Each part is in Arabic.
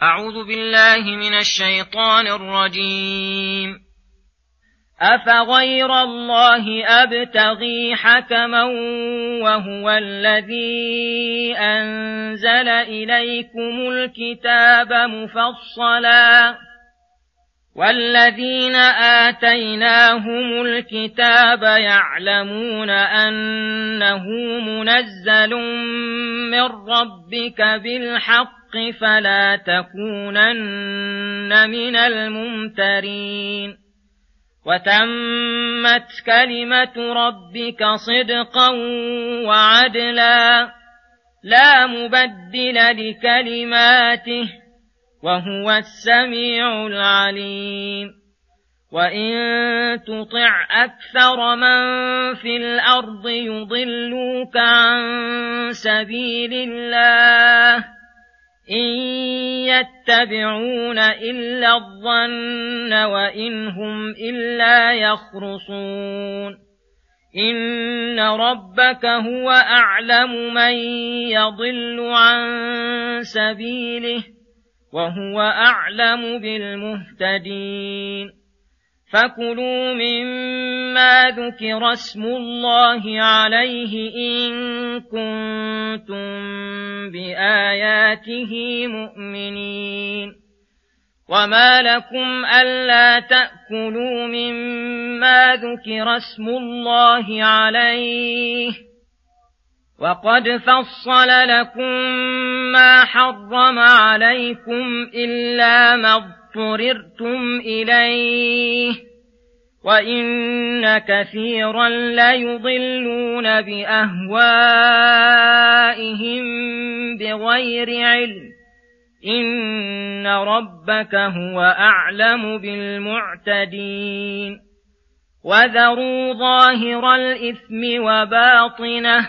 أعوذ بالله من الشيطان الرجيم. أفغير الله أبتغي حكما وهو الذي أنزل إليكم الكتاب مفصلا والذين آتيناهم الكتاب يعلمون أنه منزل من ربك بالحق فلا تكونن من الممترين. وتمت كلمة ربك صدقا وعدلا لا مبدل لكلماته وهو السميع العليم. وإن تطع أكثر من في الأرض يضلوك عن سبيل الله إن يتبعون إلا الظن وإن هم إلا يخرصون. إن ربك هو أعلم من يضل عن سبيله وهو أعلم بالمهتدين. فكلوا مما ذكر اسم الله عليه إن كنتم بآياته مؤمنين. وما لكم ألا تأكلوا مما ذكر اسم الله عليه وقد فصل لكم ما حرم عليكم إلا ما اضطررتم إليه وإن كثيرا ليضلون بأهوائهم بغير علم إن ربك هو أعلم بالمعتدين. وذروا ظاهر الإثم وباطنه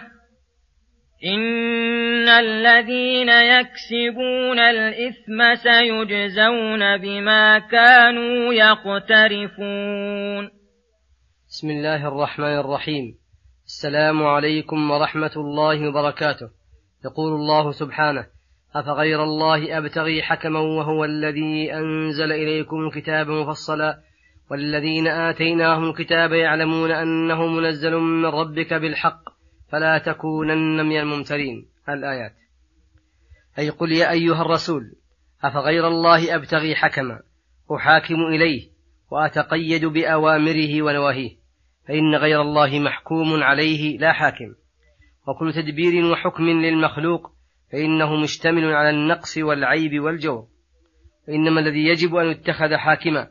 إن الذين يكسبون الإثم سيجزون بما كانوا يقترفون. بسم الله الرحمن الرحيم. السلام عليكم ورحمة الله وبركاته. يقول الله سبحانه: أفغير الله أبتغي حكما وهو الذي أنزل إليكم كتابا مفصلا والذين آتيناهم الكتاب يعلمون أنه منزل من ربك بالحق فلا تكونن من الممترين. الآيات. أي قل يا أيها الرسول أفغير الله أبتغي حكما أحاكم إليه وأتقيد بأوامره ونواهيه فإن غير الله محكوم عليه لا حاكم. وكل تدبير وحكم للمخلوق فإنه مشتمل على النقص والعيب والجور. وإنما الذي يجب أن يتخذ حاكما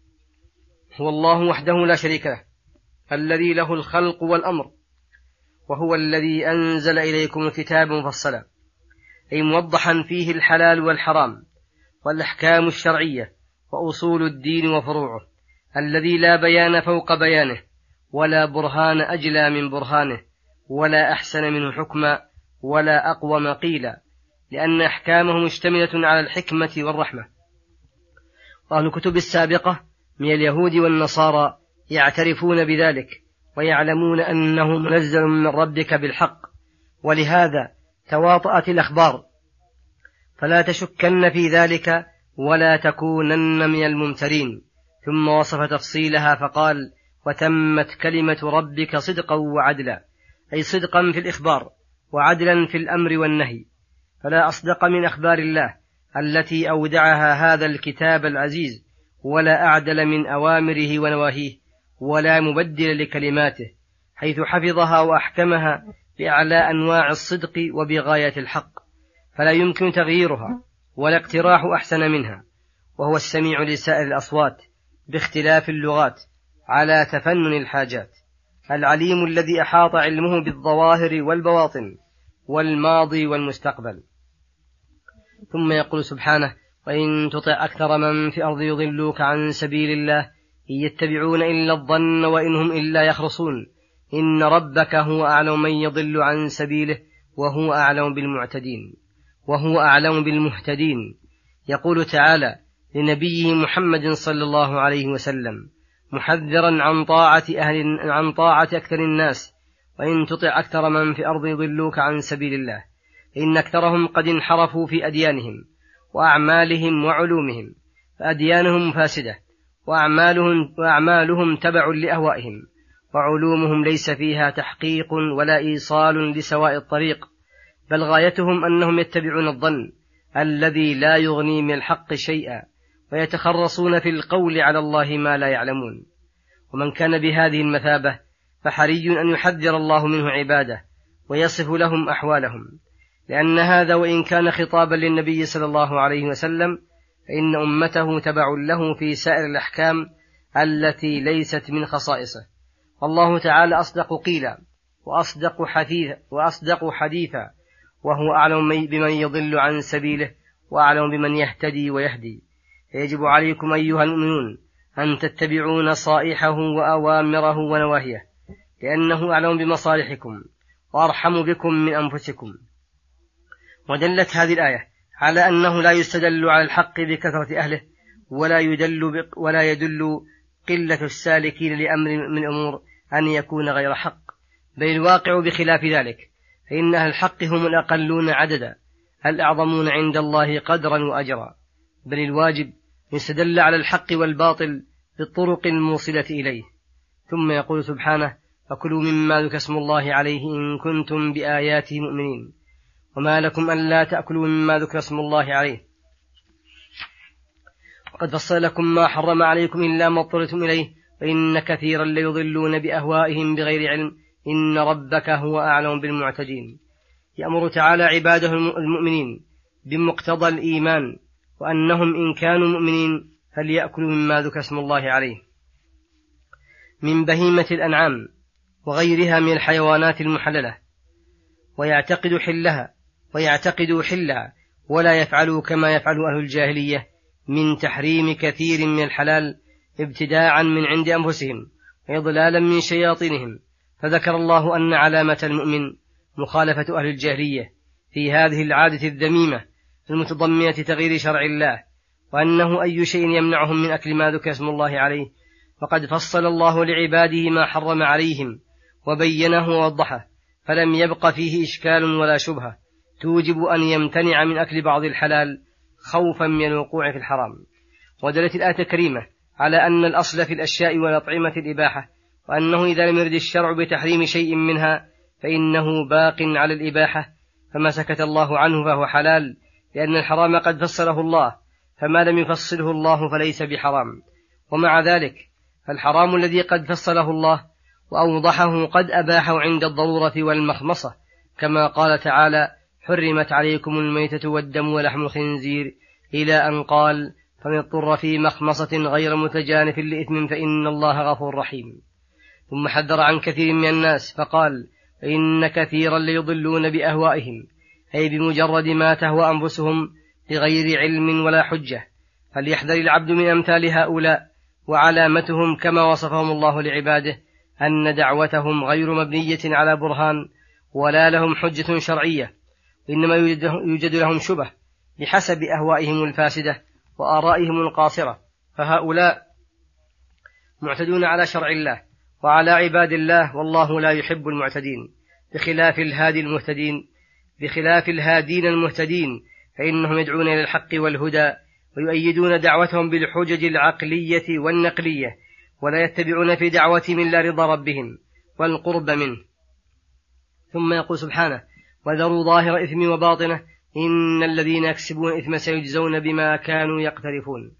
هو الله وحده لا شريك له الذي له الخلق والأمر، وهو الذي أنزل إليكم الكتاب مفصلا أي موضحا فيه الحلال والحرام والأحكام الشرعية وأصول الدين وفروعه، الذي لا بيان فوق بيانه ولا برهان أجلى من برهانه ولا أحسن منه حكما ولا أقوم قيلا، لأن أحكامه مشتملة على الحكمة والرحمة. وأهل الكتب السابقة من اليهود والنصارى يعترفون بذلك ويعلمون أنه منزل من ربك بالحق، ولهذا تواطأت الأخبار، فلا تشكن في ذلك ولا تكونن من الممترين. ثم وصف تفصيلها فقال: وتمت كلمة ربك صدقا وعدلا، أي صدقا في الإخبار وعدلا في الأمر والنهي، فلا أصدق من أخبار الله التي أودعها هذا الكتاب العزيز، ولا أعدل من أوامره ونواهيه، ولا مبدل لكلماته، حيث حفظها وأحكمها بأعلى أنواع الصدق وبغاية الحق، فلا يمكن تغييرها ولا اقتراح أحسن منها. وهو السميع لسائر الأصوات باختلاف اللغات على تفنن الحاجات، العليم الذي أحاط علمه بالظواهر والبواطن والماضي والمستقبل. ثم يقول سبحانه: وإن تطع أكثر من في الأرض يضلوك عن سبيل الله إن يتبعون إلا الظن وإن هم إلا يخرصون إن ربك هو أعلم من يضل عن سبيله وهو أعلم بالمهتدين. يقول تعالى لنبيه محمد صلى الله عليه وسلم محذرا عن طاعة أكثر الناس: وإن تطع أكثر من في الأرض يضلوك عن سبيل الله إن أكثرهم قد انحرفوا في أديانهم وأعمالهم وعلومهم، فأديانهم فاسدة، وأعمالهم تبع لأهوائهم، وعلومهم ليس فيها تحقيق ولا إيصال لسواء الطريق، بل غايتهم أنهم يتبعون الظن الذي لا يغني من الحق شيئا، ويتخرصون في القول على الله ما لا يعلمون. ومن كان بهذه المثابة فحري أن يحذر الله منه عباده ويصف لهم أحوالهم، لأن هذا وإن كان خطابا للنبي صلى الله عليه وسلم فإن أمته تبع له في سائر الأحكام التي ليست من خصائصه. والله تعالى أصدق قيلا وأصدق حديثا، وهو أعلم بمن يضل عن سبيله وأعلم بمن يهتدي ويهدي. فيجب عليكم أيها المؤمنون أن تتبعوا نصائحه وأوامره ونواهيه، لأنه أعلم بمصالحكم وأرحم بكم من أنفسكم. ودلت هذه الآية على أنه لا يستدل على الحق بكثرة أهله، ولا يدل قلة السالكين لأمر من أمور أن يكون غير حق، بل الواقع بخلاف ذلك، فإن أهل الحق هم الأقلون عددا الأعظمون عند الله قدرا وأجرا، بل الواجب يستدل على الحق والباطل بالطرق الموصلة إليه. ثم يقول سبحانه: فكلوا مما ذكر اسم الله عليه إن كنتم بآياته مؤمنين، وما لكم ألا تأكلوا مما ذكر اسم الله عليه، وقد فصل لكم ما حرم عليكم إلا ما اضطررتم إليه، وإن كثيرا ليضلون بأهوائهم بغير علم، إن ربك هو أعلم بالمعتدين. يأمر تعالى عباده المؤمنين بمقتضى الإيمان، وأنهم إن كانوا مؤمنين فليأكلوا مما ذكر اسم الله عليه من بهيمة الأنعام وغيرها من الحيوانات المحللة، ويعتقدوا حلها، ولا يفعلوا كما يفعل أهل الجاهلية من تحريم كثير من الحلال ابتداعا من عند أنفسهم وإضلالا من شياطينهم. فذكر الله أن علامة المؤمن مخالفة أهل الجاهلية في هذه العادة الذميمة المتضمنة تغيير شرع الله، وأنه أي شيء يمنعهم من أكل ما ذكر اسم الله عليه. وقد فصل الله لعباده ما حرم عليهم وبينه ووضحه، فلم يبق فيه إشكال ولا شبهة توجب أن يمتنع من أكل بعض الحلال خوفا من الوقوع في الحرام. ودلت الآية الكريمة على أن الأصل في الأشياء والأطعمة الإباحة، وأنه إذا لم يرد الشرع بتحريم شيء منها فإنه باق على الإباحة، فما سكت الله عنه فهو حلال، لأن الحرام قد فصله الله، فما لم يفصله الله فليس بحرام. ومع ذلك فالحرام الذي قد فصله الله وأوضحه قد أباحه عند الضرورة والمخمصة، كما قال تعالى: حرمت عليكم الميتة والدم ولحم الخنزير، إلى أن قال: فمن اضطر في مخمصة غير متجانف لإثم فإن الله غفور رحيم. ثم حذر عن كثير من الناس فقال: إن كثيرا ليضلون بأهوائهم، أي بمجرد ما تهوى أنفسهم بغير علم ولا حجة. فليحذر العبد من أمثال هؤلاء، وعلامتهم كما وصفهم الله لعباده أن دعوتهم غير مبنية على برهان ولا لهم حجة شرعية، إنما يوجد لهم شبه بحسب أهوائهم الفاسدة وآرائهم القاصرة، فهؤلاء معتدون على شرع الله وعلى عباد الله، والله لا يحب المعتدين، بخلاف الهادين المهتدين، فإنهم يدعون إلى الحق والهدى ويؤيدون دعوتهم بالحجج العقلية والنقلية، ولا يتبعون في دعوتهم إلا رضا ربهم والقرب منه. ثم يقول سبحانه: وذروا ظاهر إثم وباطنه إن الذين يكسبون إثم سيجزون بما كانوا يقترفون.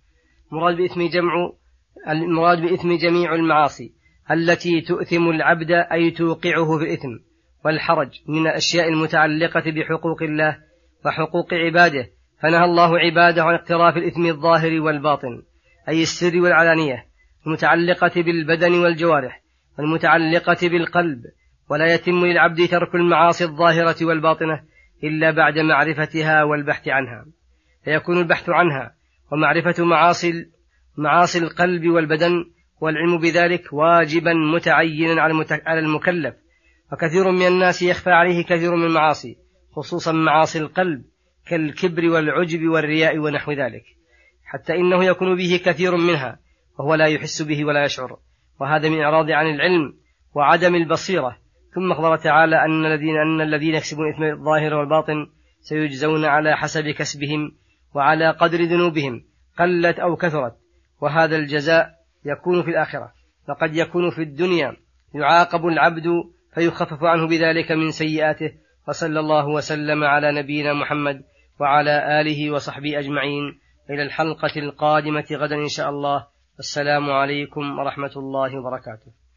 المراد بإثم جميع المعاصي التي تؤثم العبد، أي توقعه في الإثم والحرج من الأشياء المتعلقة بحقوق الله وحقوق عباده. فنهى الله عباده عن اقتراف الإثم الظاهر والباطن، أي السر والعلانية، المتعلقة بالبدن والجوارح والمتعلقة بالقلب. ولا يتم للعبد ترك المعاصي الظاهرة والباطنة إلا بعد معرفتها والبحث عنها، فيكون البحث عنها ومعرفة معاصي القلب والبدن والعلم بذلك واجبا متعينا على المكلف. وكثير من الناس يخفى عليه كثير من المعاصي، خصوصا معاصي القلب كالكبر والعجب والرياء ونحو ذلك، حتى إنه يكون به كثير منها وهو لا يحس به ولا يشعر، وهذا من إعراض عن العلم وعدم البصيرة. ثم أخبر تعالى أن الذين يكسبون إثم الظاهر والباطن سيجزون على حسب كسبهم، وعلى قدر ذنوبهم قلت أو كثرت، وهذا الجزاء يكون في الآخرة. فقد يكون في الدنيا يعاقب العبد فيخفف عنه بذلك من سيئاته. وصلى الله وسلم على نبينا محمد وعلى آله وصحبه أجمعين. إلى الحلقة القادمة غدا إن شاء الله. السلام عليكم ورحمة الله وبركاته.